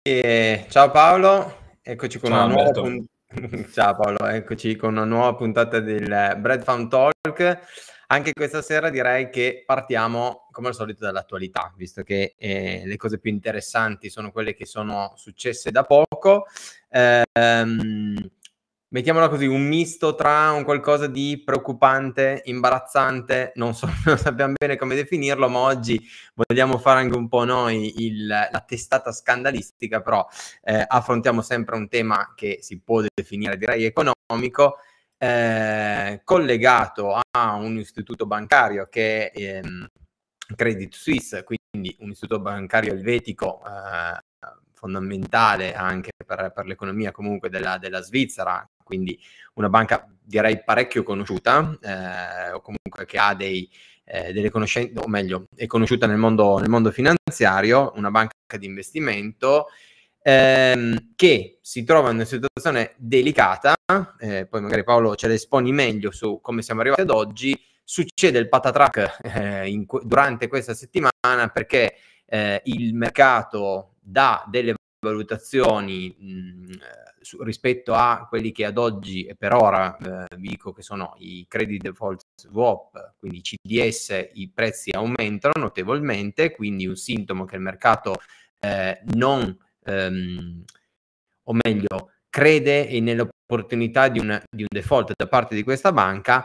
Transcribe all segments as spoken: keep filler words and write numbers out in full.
E ciao Paolo, eccoci con Ciao una nuova Alberto. pun- ciao Paolo, eccoci con una nuova puntata del Bread Farm Talk. Anche questa sera direi che partiamo come al solito dall'attualità, visto che eh, le cose più interessanti sono quelle che sono successe da poco. Ehm, mettiamola così, un misto tra un qualcosa di preoccupante, imbarazzante, non so, non sappiamo bene come definirlo, ma oggi vogliamo fare anche un po' noi il, la testata scandalistica, però eh, affrontiamo sempre un tema che si può definire, direi, economico, eh, collegato a un istituto bancario che è ehm, Credit Suisse, quindi un istituto bancario elvetico eh, fondamentale anche per, per l'economia comunque della, della Svizzera, quindi una banca direi parecchio conosciuta, eh, o comunque che ha dei, eh, delle conoscenze, o meglio, è conosciuta nel mondo, nel mondo finanziario, una banca di investimento ehm, che si trova in una situazione delicata, eh, poi magari Paolo ce le esponi meglio su come siamo arrivati ad oggi. Succede il patatrac eh, in, durante questa settimana perché eh, il mercato dà delle valutazioni mh, su, rispetto a quelli che ad oggi e per ora eh, vi dico che sono i credit default swap, quindi i C D S, i prezzi aumentano notevolmente, quindi un sintomo che il mercato eh, non, ehm, o meglio, crede nell'opportunità di un, di un default da parte di questa banca.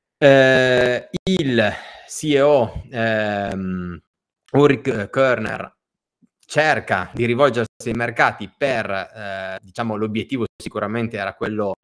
Eh, il C E O ehm, Ulrich Körner cerca di rivolgersi ai mercati per, eh, diciamo, l'obiettivo sicuramente era quello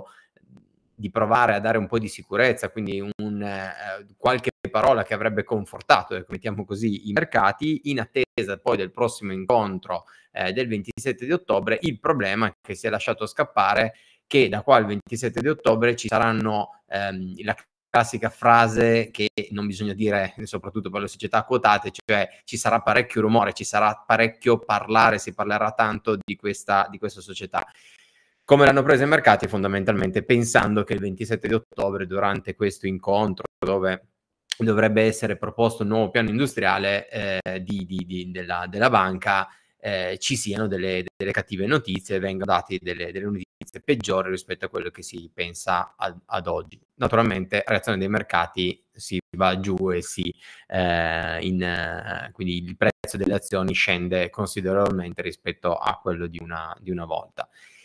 di provare a dare un po' di sicurezza, quindi un, eh, qualche parola che avrebbe confortato, ecco, mettiamo così, i mercati, in attesa poi del prossimo incontro eh, del ventisette di ottobre. Il problema è che si è lasciato scappare che da qua al ventisette di ottobre ci saranno ehm, la classica frase che non bisogna dire soprattutto per le società quotate, cioè ci sarà parecchio rumore, ci sarà parecchio parlare, si parlerà tanto di questa, di questa società. Come l'hanno presa i mercati? Fondamentalmente pensando che il ventisette di ottobre, durante questo incontro dove dovrebbe essere proposto un nuovo piano industriale eh, di, di, di, della, della banca, eh, ci siano delle, delle cattive notizie e vengano date delle, delle notizie peggiori rispetto a quello che si pensa ad, ad oggi. Naturalmente, reazione dei mercati, si va giù e si eh, in, eh, quindi il prezzo delle azioni scende considerevolmente rispetto a quello di una, di una volta.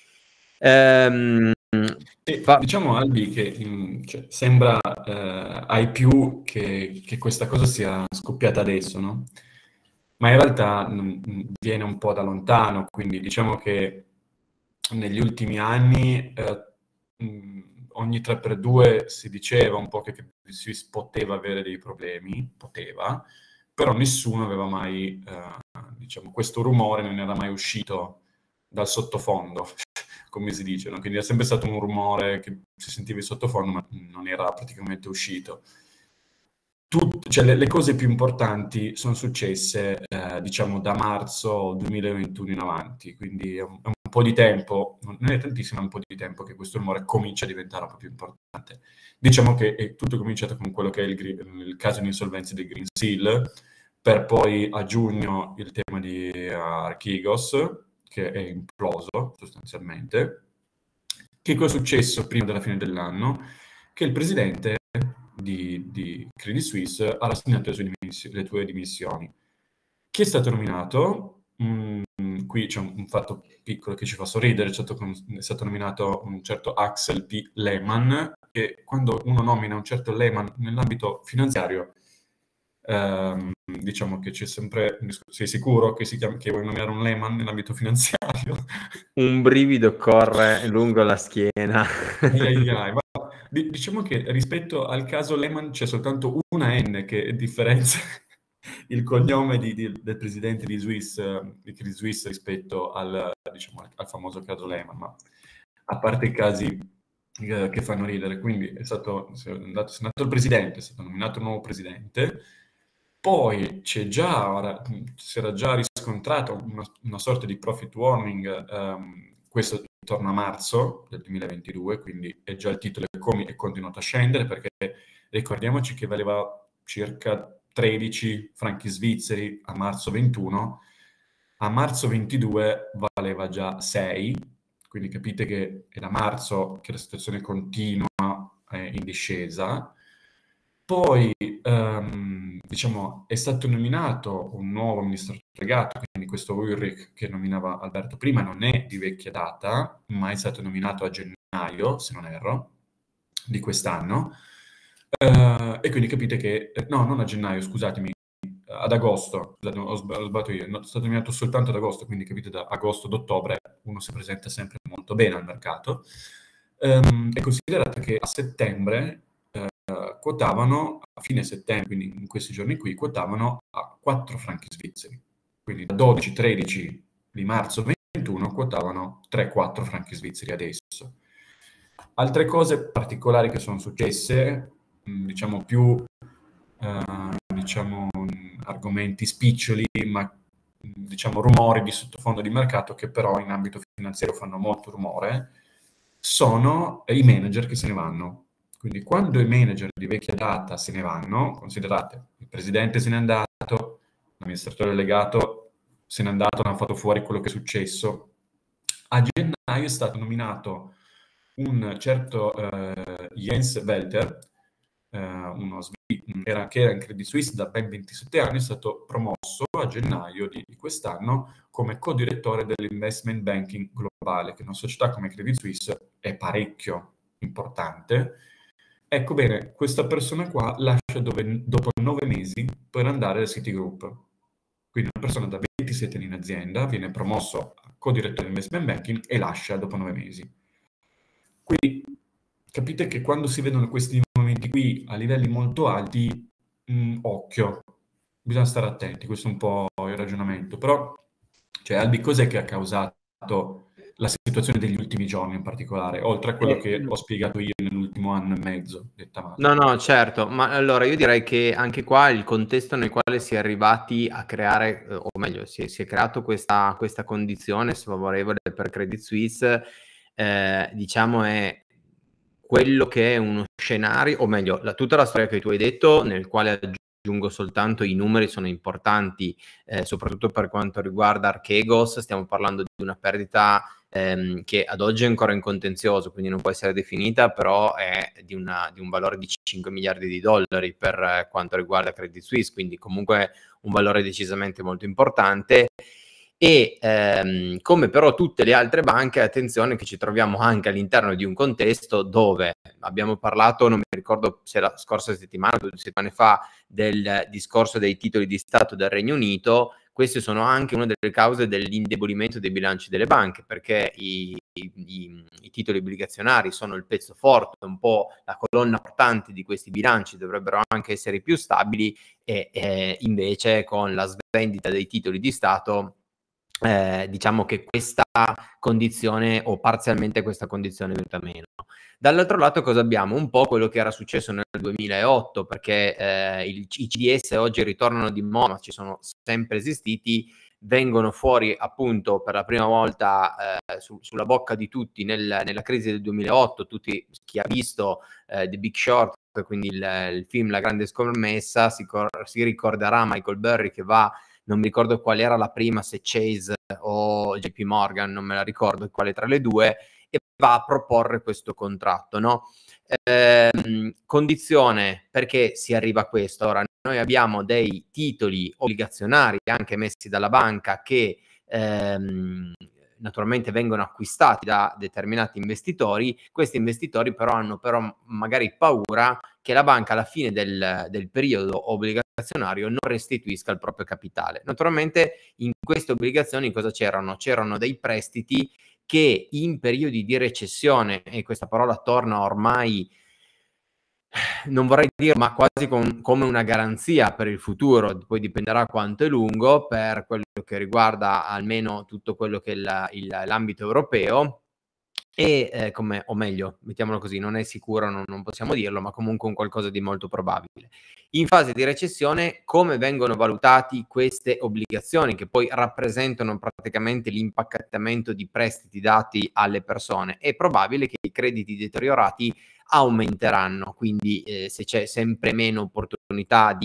Ehm, E, fa... diciamo Albi che mh, cioè, sembra eh, ai più che, che questa cosa sia scoppiata adesso, no? Ma in realtà mh, viene un po' da lontano, quindi diciamo che negli ultimi anni eh, mh, ogni tre per due si diceva un po' che, che si poteva avere dei problemi, poteva, però nessuno aveva mai, eh, diciamo, questo rumore non era mai uscito dal sottofondo, come si dice, no? Quindi è sempre stato un rumore che si sentiva in sottofondo, ma non era praticamente uscito. Tut- cioè, le, le cose più importanti sono successe, eh, diciamo, da marzo duemilaventuno in avanti, quindi è un, è un po' di tempo, non è tantissimo, è un po' di tempo che questo rumore comincia a diventare un po' più importante. Diciamo che è tutto cominciato con quello che è il, il caso di insolvenza del Green Seal, per poi a giugno il tema di uh, Archegos, che è imploso sostanzialmente. Che cosa è successo prima della fine dell'anno? Che il presidente di, di Credit Suisse ha rassegnato le, sue dimissi- le tue dimissioni. Chi è stato nominato? Mm, qui c'è un, un fatto piccolo che ci fa sorridere, è stato, è stato nominato un certo Axel P. Lehmann, che quando uno nomina un certo Lehmann nell'ambito finanziario, ehm, diciamo che c'è sempre, sei sicuro che, si chiama, che vuoi nominare un Lehmann nell'ambito finanziario? Un brivido corre lungo la schiena. Ai, ai, ai. Ma diciamo che rispetto al caso Lehman c'è soltanto una N che differenzia il cognome di, di, del presidente di Swiss, di Credit Suisse rispetto al, diciamo, al famoso caso Lehman, ma a parte i casi eh, che fanno ridere, quindi è stato, è andato, è andato il presidente, è stato nominato un nuovo presidente, poi c'è già, ora, si era già riscontrato una, una sorta di profit warning, um, questo torna a marzo del duemilaventidue, quindi è già il titolo come è continuato a scendere, perché ricordiamoci che valeva circa tredici franchi svizzeri a marzo ventuno, a marzo ventidue valeva già sei, quindi capite che è da marzo che la situazione continua eh, in discesa. Poi, ehm, diciamo, è stato nominato un nuovo amministratore delegato, quindi questo Ulrich che nominava Alberto prima non è di vecchia data, ma è stato nominato a gennaio, se non erro, di quest'anno. Uh, e quindi capite che, no, non a gennaio, scusatemi, ad agosto, scusate, ho sbagliato io, no, è stato nominato soltanto ad agosto, quindi capite da agosto ad ottobre uno si presenta sempre molto bene al mercato. Um, e considerate che a settembre uh, quotavano, a fine settembre, quindi in questi giorni qui, quotavano a quattro franchi svizzeri. Quindi da dodici tredici di marzo ventuno quotavano tre quattro franchi svizzeri adesso. Altre cose particolari che sono successe, diciamo più uh, diciamo argomenti spiccioli, ma diciamo rumori di sottofondo di mercato che però in ambito finanziario fanno molto rumore, sono i manager che se ne vanno. Quindi quando i manager di vecchia data se ne vanno, considerate, il presidente se n'è andato, l'amministratore delegato se n'è andato, non ha fatto fuori quello che è successo, a gennaio è stato nominato un certo uh, Jens Welter, uh, uno era, che era in Credit Suisse da ben ventisette anni, è stato promosso a gennaio di, di quest'anno come co-direttore dell'investment banking globale, che in una società come Credit Suisse è parecchio importante. Ecco bene, questa persona qua lascia dove, dopo nove mesi per andare al Citigroup. Quindi una persona da ventisette anni in azienda viene promosso a co-direttore dell'investment banking e lascia dopo nove mesi. Quindi capite che quando si vedono questi momenti qui a livelli molto alti, mh, occhio, bisogna stare attenti, questo è un po' il ragionamento. Però, cioè, Albi, cos'è che ha causato la situazione degli ultimi giorni in particolare, oltre a quello eh, che ho spiegato io nell'ultimo anno e mezzo? Detta male. No, no, certo, ma allora io direi che anche qua il contesto nel quale si è arrivati a creare, o meglio, si è, si è creato questa, questa condizione sfavorevole per Credit Suisse, eh, diciamo è quello che è uno scenario, o meglio, la, tutta la storia che tu hai detto, nel quale aggiungo soltanto i numeri sono importanti, eh, soprattutto per quanto riguarda Archegos, stiamo parlando di una perdita ehm, che ad oggi è ancora in contenzioso, quindi non può essere definita, però è di, una, di un valore di cinque miliardi di dollari per eh, quanto riguarda Credit Suisse, quindi comunque un valore decisamente molto importante. E ehm, come però tutte le altre banche, attenzione che ci troviamo anche all'interno di un contesto dove abbiamo parlato, non mi ricordo se la scorsa settimana o due settimane fa, del discorso dei titoli di Stato del Regno Unito. Queste sono anche una delle cause dell'indebolimento dei bilanci delle banche, perché i, i, i titoli obbligazionari sono il pezzo forte, un po' la colonna portante di questi bilanci, dovrebbero anche essere più stabili, e eh, invece con la svendita dei titoli di Stato Eh, diciamo che questa condizione o parzialmente questa condizione è venuta meno. Dall'altro lato cosa abbiamo? Un po' quello che era successo nel duemilaotto, perché eh, il, i C D S oggi ritornano di moda, ci sono sempre esistiti, vengono fuori appunto per la prima volta eh, su, sulla bocca di tutti nel, nella crisi del duemilaotto. Tutti, chi ha visto eh, The Big Short, quindi il, il film La Grande Scommessa, si, si ricorderà Michael Burry che va, non mi ricordo qual era la prima, se Chase o J P Morgan, non me la ricordo quale tra le due, e va a proporre questo contratto, no? Eh, condizione perché si arriva a questo. Ora, noi abbiamo dei titoli obbligazionari anche messi dalla banca che ehm, naturalmente vengono acquistati da determinati investitori. Questi investitori però hanno però magari paura che la banca alla fine del, del periodo obbligazionario non restituisca il proprio capitale. Naturalmente in queste obbligazioni cosa c'erano? C'erano dei prestiti che in periodi di recessione, e questa parola torna ormai, non vorrei dire, ma quasi con, come una garanzia per il futuro, poi dipenderà quanto è lungo, per quello che riguarda almeno tutto quello che è il, il, l'ambito europeo, e eh, come, o meglio, mettiamolo così, non è sicuro, non, non possiamo dirlo, ma comunque un qualcosa di molto probabile. In fase di recessione, come vengono valutati queste obbligazioni, che poi rappresentano praticamente l'impacchettamento di prestiti dati alle persone? È probabile che i crediti deteriorati aumenteranno, quindi eh, se c'è sempre meno opportunità di,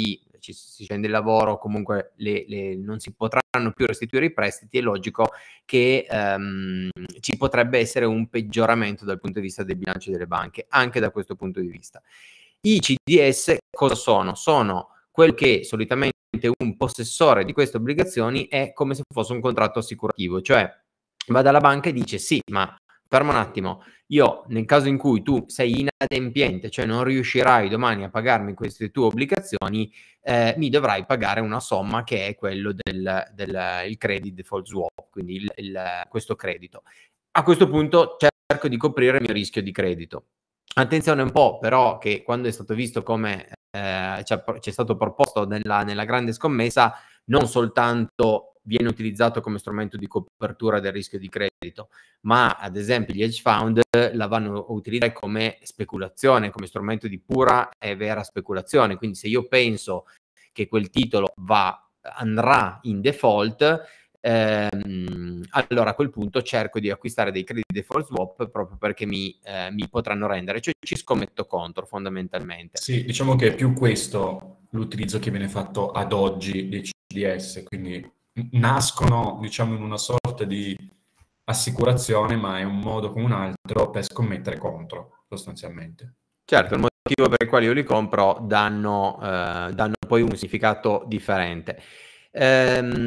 ci, si scende il lavoro, comunque le, le, non si potranno più restituire i prestiti, è logico che ehm, ci potrebbe essere un peggioramento dal punto di vista dei bilanci delle banche, anche da questo punto di vista. I C D S cosa sono? Sono quel che solitamente un possessore di queste obbligazioni è come se fosse un contratto assicurativo, cioè va dalla banca e dice sì, ma ferma un attimo, io nel caso in cui tu sei inadempiente, cioè non riuscirai domani a pagarmi queste tue obbligazioni, eh, mi dovrai pagare una somma che è quello del, del il credit default swap, quindi il, il, questo credito. A questo punto cerco di coprire il mio rischio di credito. Attenzione un po' però che quando è stato visto come eh, ci è stato proposto nella, nella grande scommessa, non soltanto viene utilizzato come strumento di copertura del rischio di credito, ma ad esempio gli hedge fund la vanno a utilizzare come speculazione, come strumento di pura e vera speculazione. Quindi se io penso che quel titolo va, andrà in default, ehm, allora a quel punto cerco di acquistare dei credit default swap proprio perché mi, eh, mi potranno rendere, cioè ci scommetto contro fondamentalmente. Sì, diciamo che è più questo l'utilizzo che viene fatto ad oggi dei C D S, quindi nascono, diciamo, in una sorta di assicurazione, ma è un modo come un altro per scommettere contro, sostanzialmente. Certo, il motivo per il quale io li compro danno, eh, danno poi un significato differente. Ehm,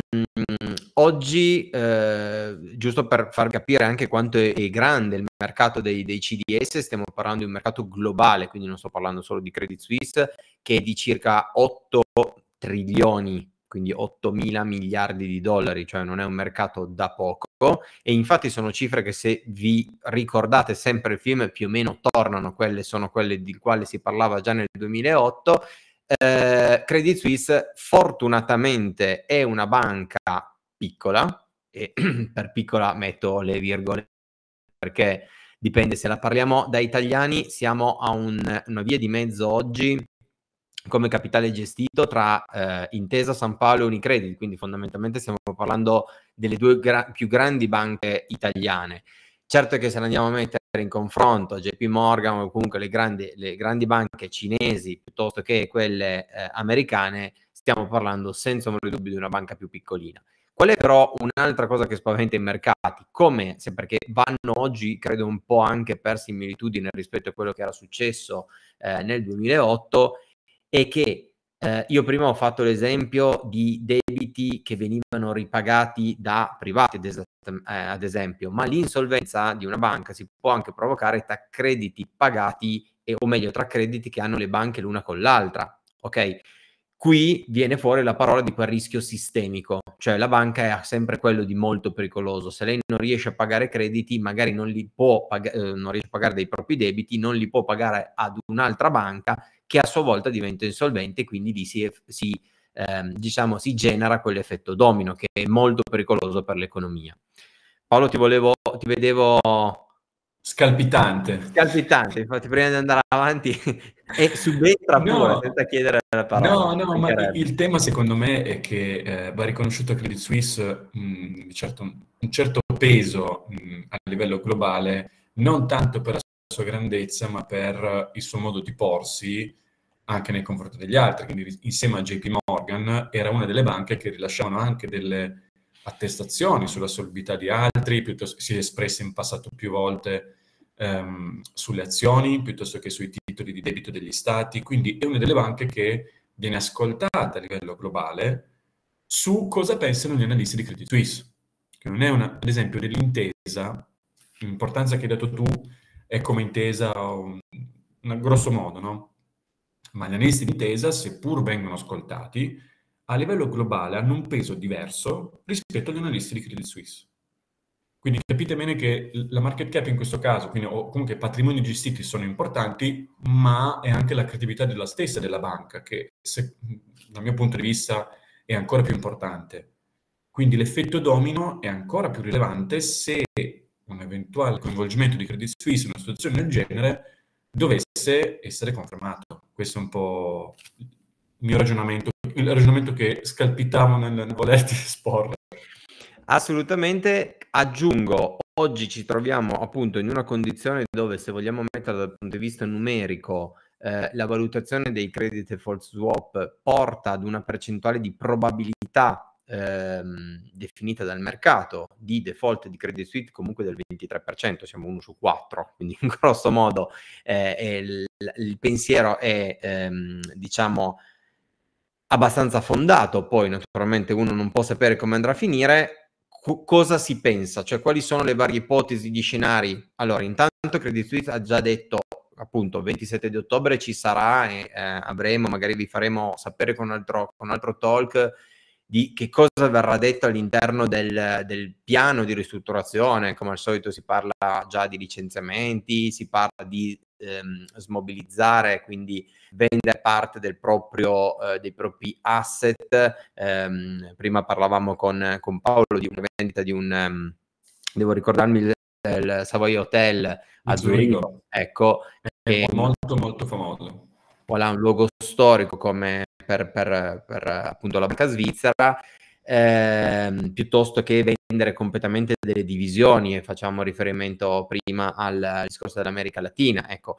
oggi, eh, giusto per far capire anche quanto è, è grande il mercato dei, dei C D S, stiamo parlando di un mercato globale, quindi non sto parlando solo di Credit Suisse, che è di circa otto trilioni, quindi ottomila miliardi di dollari, cioè non è un mercato da poco, e infatti sono cifre che, se vi ricordate sempre il film, più o meno tornano, quelle sono quelle di quale si parlava già nel duemilaotto. Eh, Credit Suisse fortunatamente è una banca piccola, e per piccola metto le virgole perché dipende, se la parliamo da italiani siamo a un, una via di mezzo oggi come capitale gestito tra eh, Intesa San Paolo e Unicredit, quindi fondamentalmente stiamo parlando delle due gra- più grandi banche italiane. Certo che se la andiamo a mettere in confronto J P Morgan o comunque le grandi, le grandi banche cinesi piuttosto che quelle eh, americane, stiamo parlando senza ombra di dubbio di una banca più piccolina. Qual è però un'altra cosa che spaventa i mercati? Come, se perché vanno oggi, credo un po' anche per similitudine rispetto a quello che era successo eh, nel duemilaotto, è che eh, io prima ho fatto l'esempio di debiti che venivano ripagati da privati, ad, es- eh, ad esempio, ma l'insolvenza di una banca si può anche provocare tra crediti pagati, e, o meglio, tra crediti che hanno le banche l'una con l'altra, ok? Qui viene fuori la parola di quel rischio sistemico, cioè la banca è sempre quello di molto pericoloso. Se lei non riesce a pagare crediti, magari non li può pag- eh, non riesce a pagare dei propri debiti, non li può pagare ad un'altra banca che a sua volta diventa insolvente, quindi lì si, si, ehm, diciamo, si genera quell'effetto domino che è molto pericoloso per l'economia. Paolo, ti volevo, ti vedevo Scalpitante. Scalpitante, infatti prima di andare avanti e subentra no, pure senza chiedere la parola. No, no, ma il tema secondo me è che eh, va riconosciuto a Credit Suisse mh, certo, un certo peso mh, a livello globale, non tanto per la sua grandezza, ma per il suo modo di porsi anche nei confronti degli altri. Quindi insieme a J P Morgan era una delle banche che rilasciavano anche delle attestazioni sulla solidità di altri, piuttosto si è espressa in passato più volte ehm, sulle azioni, piuttosto che sui titoli di debito degli stati. Quindi è una delle banche che viene ascoltata a livello globale su cosa pensano gli analisti di Credit Suisse, che non è una, ad esempio dell'intesa, l'importanza che hai dato tu è come intesa, un, un grosso modo, no? Ma gli analisti di intesa, seppur vengono ascoltati, a livello globale hanno un peso diverso rispetto agli analisti di Credit Suisse. Quindi capite bene che la market cap in questo caso, quindi, o comunque i patrimoni gestiti sono importanti, ma è anche la credibilità della stessa della banca, che se, dal mio punto di vista è ancora più importante. Quindi l'effetto domino è ancora più rilevante se un eventuale coinvolgimento di Credit Suisse in una situazione del genere dovesse essere confermato. Questo è un po' il mio ragionamento, il ragionamento che scalpitavo nel, nel volerti esporre. Assolutamente. Aggiungo, oggi ci troviamo appunto in una condizione dove, se vogliamo mettere dal punto di vista numerico, eh, la valutazione dei credit default swap porta ad una percentuale di probabilità Ehm, definita dal mercato di default di Credit Suisse comunque del ventitré per cento, siamo uno su quattro, quindi in grosso modo eh, è il, il pensiero è ehm, diciamo abbastanza fondato. Poi naturalmente uno non può sapere come andrà a finire. Co- cosa si pensa, cioè quali sono le varie ipotesi di scenari? Allora, intanto Credit Suisse ha già detto appunto ventisette di ottobre ci sarà e eh, avremo, magari vi faremo sapere con un altro, con un altro talk di che cosa verrà detto all'interno del, del piano di ristrutturazione. Come al solito si parla già di licenziamenti, si parla di ehm, smobilizzare, quindi vendere parte del proprio, eh, dei propri asset. Ehm, prima parlavamo con, con Paolo di una vendita di un, um, devo ricordarmi il, il Savoy Hotel a Zurigo, ecco, è molto molto famoso. Voilà, un luogo storico come per, per, per appunto la banca svizzera, ehm, piuttosto che vendere completamente delle divisioni, e facciamo riferimento prima al, al discorso dell'America Latina. Ecco,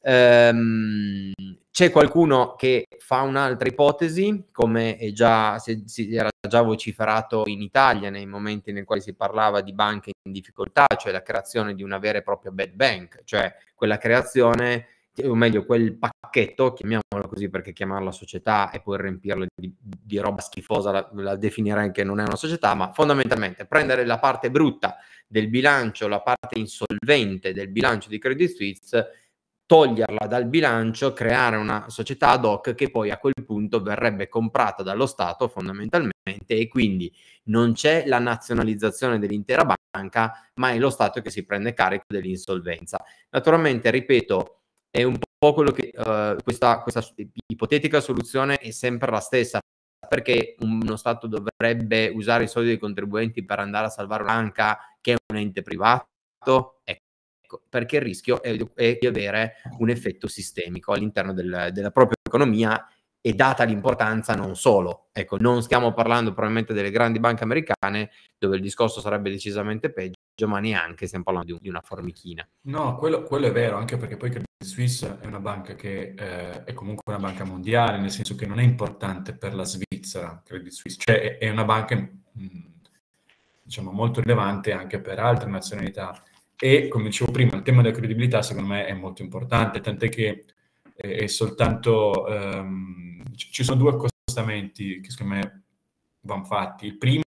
ehm, c'è qualcuno che fa un'altra ipotesi, come è già, si, si era già vociferato in Italia nei momenti nei quali si parlava di banche in difficoltà, cioè la creazione di una vera e propria bad bank, cioè quella creazione, o meglio quel pacchetto, chiamiamolo così perché chiamarla società e poi riempirla di, di roba schifosa la, la definirei che non è una società, ma fondamentalmente prendere la parte brutta del bilancio, la parte insolvente del bilancio di Credit Suisse, toglierla dal bilancio, creare una società ad hoc che poi a quel punto verrebbe comprata dallo Stato fondamentalmente, e quindi non c'è la nazionalizzazione dell'intera banca, ma è lo Stato che si prende carico dell'insolvenza. Naturalmente, ripeto, è un po' quello che uh, questa, questa ipotetica soluzione è sempre la stessa, perché uno Stato dovrebbe usare i soldi dei contribuenti per andare a salvare una banca che è un ente privato? Ecco, perché il rischio è, è di avere un effetto sistemico all'interno del, della propria economia, e data l'importanza non solo, ecco, non stiamo parlando probabilmente delle grandi banche americane dove il discorso sarebbe decisamente peggio, ma neanche stiamo parlando di, di una formichina. No, quello, quello è vero, anche perché poi Credit Suisse è una banca che eh, è comunque una banca mondiale, nel senso che non è importante per la Svizzera, Credit Suisse, cioè è, è una banca mh, diciamo molto rilevante anche per altre nazionalità, e come dicevo prima il tema della credibilità secondo me è molto importante, tant'è che è, è soltanto ehm, ci sono due accostamenti che secondo me vanno fatti. Il primo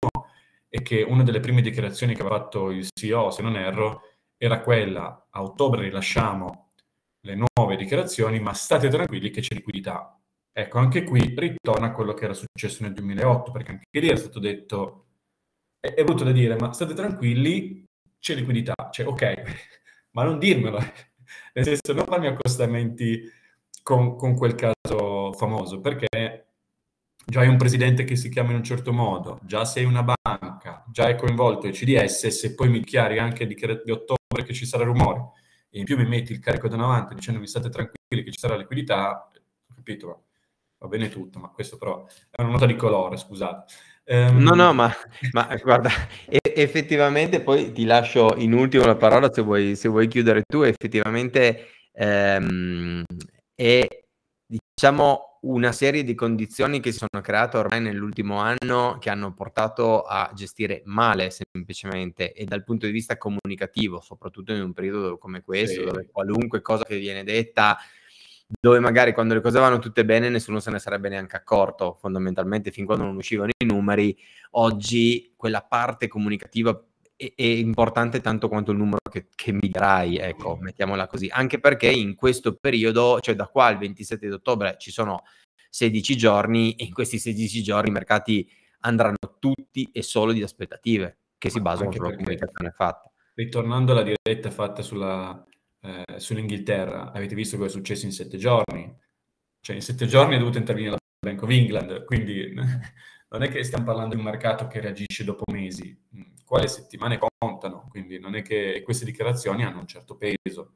è che una delle prime dichiarazioni che aveva fatto il C E O, se non erro, era quella: a ottobre rilasciamo le nuove dichiarazioni, ma state tranquilli che c'è liquidità. Ecco, anche qui ritorna a quello che era successo nel duemilaotto, perché anche lì è stato detto, è, è brutto da dire, ma state tranquilli, c'è liquidità. Cioè, ok, ma non dirmelo, nel senso, non farmi accostamenti con, con quel caso famoso, perché già hai un presidente che si chiama in un certo modo, già sei una banca, già è coinvolto il C D S, e se poi mi chiari anche di, di ottobre che ci sarà rumore, e in più mi metti il carico da davanti dicendomi state tranquilli che ci sarà liquidità, ho capito, va bene tutto, ma questo però è una nota di colore, scusate. Um... No, no, ma, ma guarda, effettivamente poi ti lascio in ultimo la parola se vuoi, se vuoi chiudere tu. Effettivamente ehm, è, diciamo, una serie di condizioni che si sono create ormai nell'ultimo anno, che hanno portato a gestire male semplicemente, e dal punto di vista comunicativo, soprattutto in un periodo come questo, sì, dove qualunque cosa che viene detta, dove magari quando le cose vanno tutte bene nessuno se ne sarebbe neanche accorto, fondamentalmente fin quando non uscivano i numeri. Oggi quella parte comunicativa è, è importante tanto quanto il numero che, che mi darai, ecco, mettiamola così, anche perché in questo periodo, cioè da qua al ventisette di ottobre ci sono sedici giorni, e in questi sedici giorni i mercati andranno tutti e solo di aspettative che si basano sulla comunicazione fatta. Ritornando alla diretta fatta sulla Eh, sull'Inghilterra, avete visto cosa è successo in sette giorni? Cioè in sette giorni è dovuta intervenire la Bank of England, quindi non è che stiamo parlando di un mercato che reagisce dopo mesi, qua le settimane contano, quindi non è che queste dichiarazioni hanno un certo peso.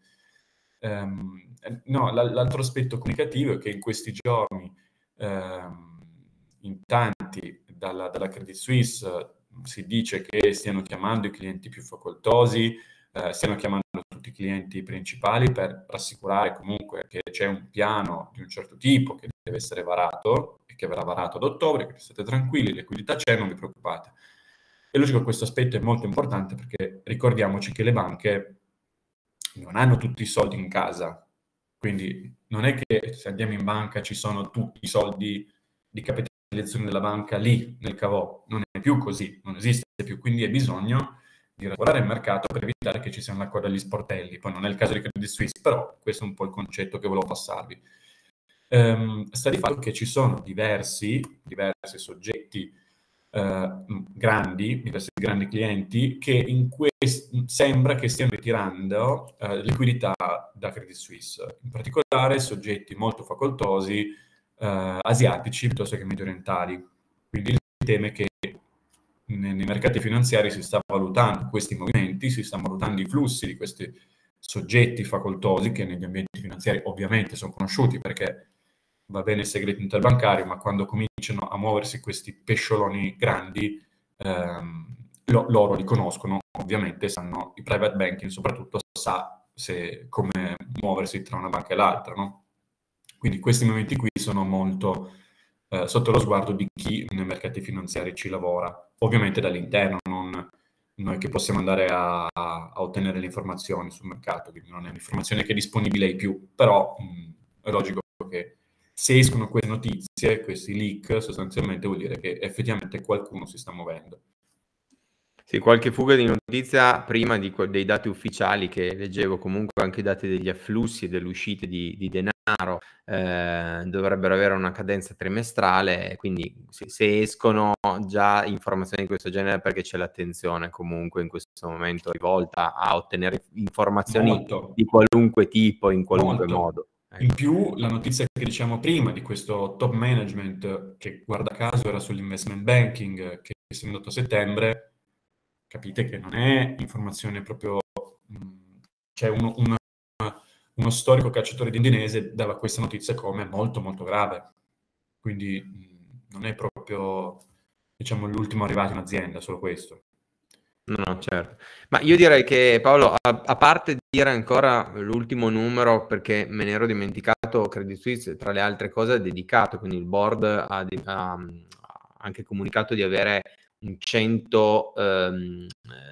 Um, no, l- l'altro aspetto comunicativo è che in questi giorni um, in tanti dalla, dalla Credit Suisse uh, si dice che stiano chiamando i clienti più facoltosi, uh, stiano chiamando tutti i clienti principali per rassicurare comunque comunque che c'è un piano di un certo tipo che deve essere varato e che verrà varato ad ottobre, che state tranquilli, liquidità c'è, non vi preoccupate. È logico che questo aspetto è molto importante perché ricordiamoci che le banche non hanno tutti i soldi in casa, quindi non è che se andiamo in banca ci sono tutti i soldi di capitalizzazione della banca lì nel cavò, non è più così, non esiste più, quindi hai bisogno di regolare il mercato per evitare che ci sia una coda agli sportelli. Poi non è il caso di Credit Suisse, però questo è un po' il concetto che volevo passarvi. Um, sta di fatto che ci sono diversi, diversi soggetti uh, grandi, diversi grandi clienti che in quest- sembra che stiano ritirando uh, liquidità da Credit Suisse, in particolare soggetti molto facoltosi uh, asiatici piuttosto che medio orientali. Quindi si teme che nei, nei mercati finanziari si sta valutando questi movimenti, si stanno valutando i flussi di questi soggetti facoltosi che negli ambienti finanziari ovviamente sono conosciuti perché va bene il segreto interbancario, ma quando cominciano a muoversi questi pescioloni grandi, ehm, lo, loro li conoscono, ovviamente sanno, i private banking soprattutto sa se, come muoversi tra una banca e l'altra, no? Quindi questi momenti qui sono molto eh, sotto lo sguardo di chi nei mercati finanziari ci lavora, ovviamente dall'interno, non noi che possiamo andare a, a ottenere le informazioni sul mercato, quindi non è un'informazione che è disponibile ai più, però mh, è logico che se escono queste notizie, questi leak, sostanzialmente vuol dire che effettivamente qualcuno si sta muovendo. Sì, qualche fuga di notizia prima di, dei dati ufficiali che leggevo, comunque anche i dati degli afflussi e delle uscite di, di denaro eh, dovrebbero avere una cadenza trimestrale, quindi se, se escono già informazioni di questo genere perché c'è l'attenzione comunque in questo momento rivolta a ottenere informazioni Molto. di qualunque tipo, in qualunque Molto. modo. In più, la notizia che diciamo prima di questo top management, che guarda caso era sull'investment banking, che è andato a settembre, capite che non è informazione proprio... Mh, c'è uno, una, uno storico calciatore di Udinese dava questa notizia come molto molto grave. Quindi mh, non è proprio, diciamo, l'ultimo arrivato in azienda, solo questo. No, no, certo. Ma io direi che Paolo, a, a parte dire ancora l'ultimo numero, perché me ne ero dimenticato, Credit Suisse tra le altre cose ha dedicato, quindi il board ha, ha, ha anche comunicato di avere un cento ehm,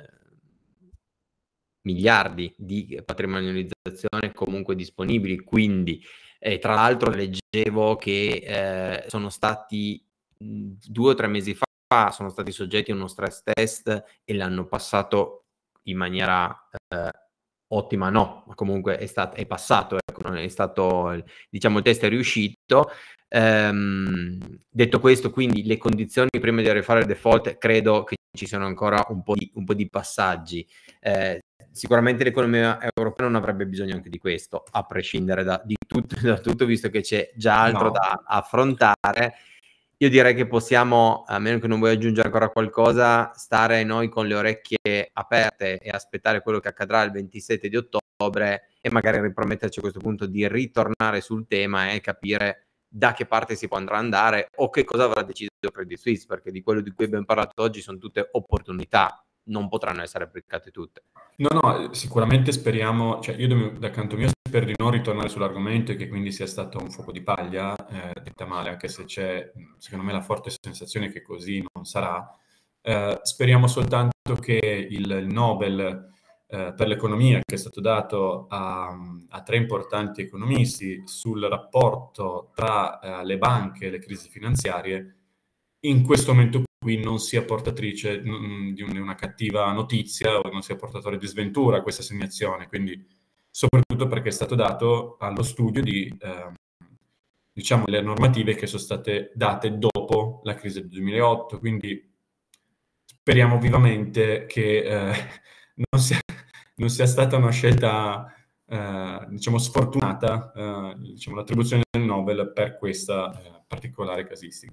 miliardi di patrimonializzazione comunque disponibili, quindi eh, tra l'altro leggevo che eh, sono stati mh, due o tre mesi fa sono stati soggetti a uno stress test e l'hanno passato in maniera eh, ottima, no, ma comunque è, stato, è passato, ecco, non è stato, diciamo, il test è riuscito. Ehm, detto questo, quindi le condizioni prima di rifare il default, credo che ci siano ancora un po' di, un po' di passaggi. Eh, sicuramente l'economia europea non avrebbe bisogno anche di questo, a prescindere da, di tutto, da tutto, visto che c'è già altro no. da affrontare. Io direi che possiamo, a meno che non vuoi aggiungere ancora qualcosa, stare noi con le orecchie aperte e aspettare quello che accadrà il ventisette di ottobre e magari riprometterci a questo punto di ritornare sul tema e capire da che parte si può andare a andare o che cosa avrà deciso Credit Suisse, perché di quello di cui abbiamo parlato oggi sono tutte opportunità, non potranno essere applicate tutte. No, no, sicuramente speriamo, cioè io da canto mio spero di non ritornare sull'argomento e che quindi sia stato un fuoco di paglia, eh, detta male, anche se c'è, secondo me, la forte sensazione che così non sarà. Eh, speriamo soltanto che il, il Nobel eh, per l'economia, che è stato dato a, a tre importanti economisti sul rapporto tra eh, le banche e le crisi finanziarie, in questo momento qui non sia portatrice mh, di una cattiva notizia o non sia portatore di sventura questa assegnazione, quindi soprattutto perché è stato dato allo studio di eh, diciamo le normative che sono state date dopo la crisi del duemilaotto, quindi speriamo vivamente che eh, non, sia, non sia stata una scelta eh, diciamo sfortunata eh, diciamo, l'attribuzione del Nobel per questa eh, particolare casistica.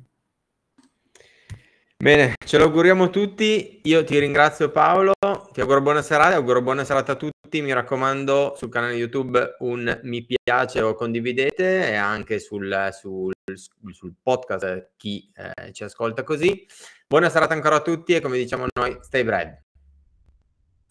Bene, ce lo auguriamo tutti. Io ti ringrazio Paolo, ti auguro buona serata, auguro buona serata a tutti. Mi raccomando, sul canale YouTube un mi piace o condividete e anche sul, sul, sul podcast chi eh, ci ascolta così. Buona serata ancora a tutti e come diciamo noi, stay bread.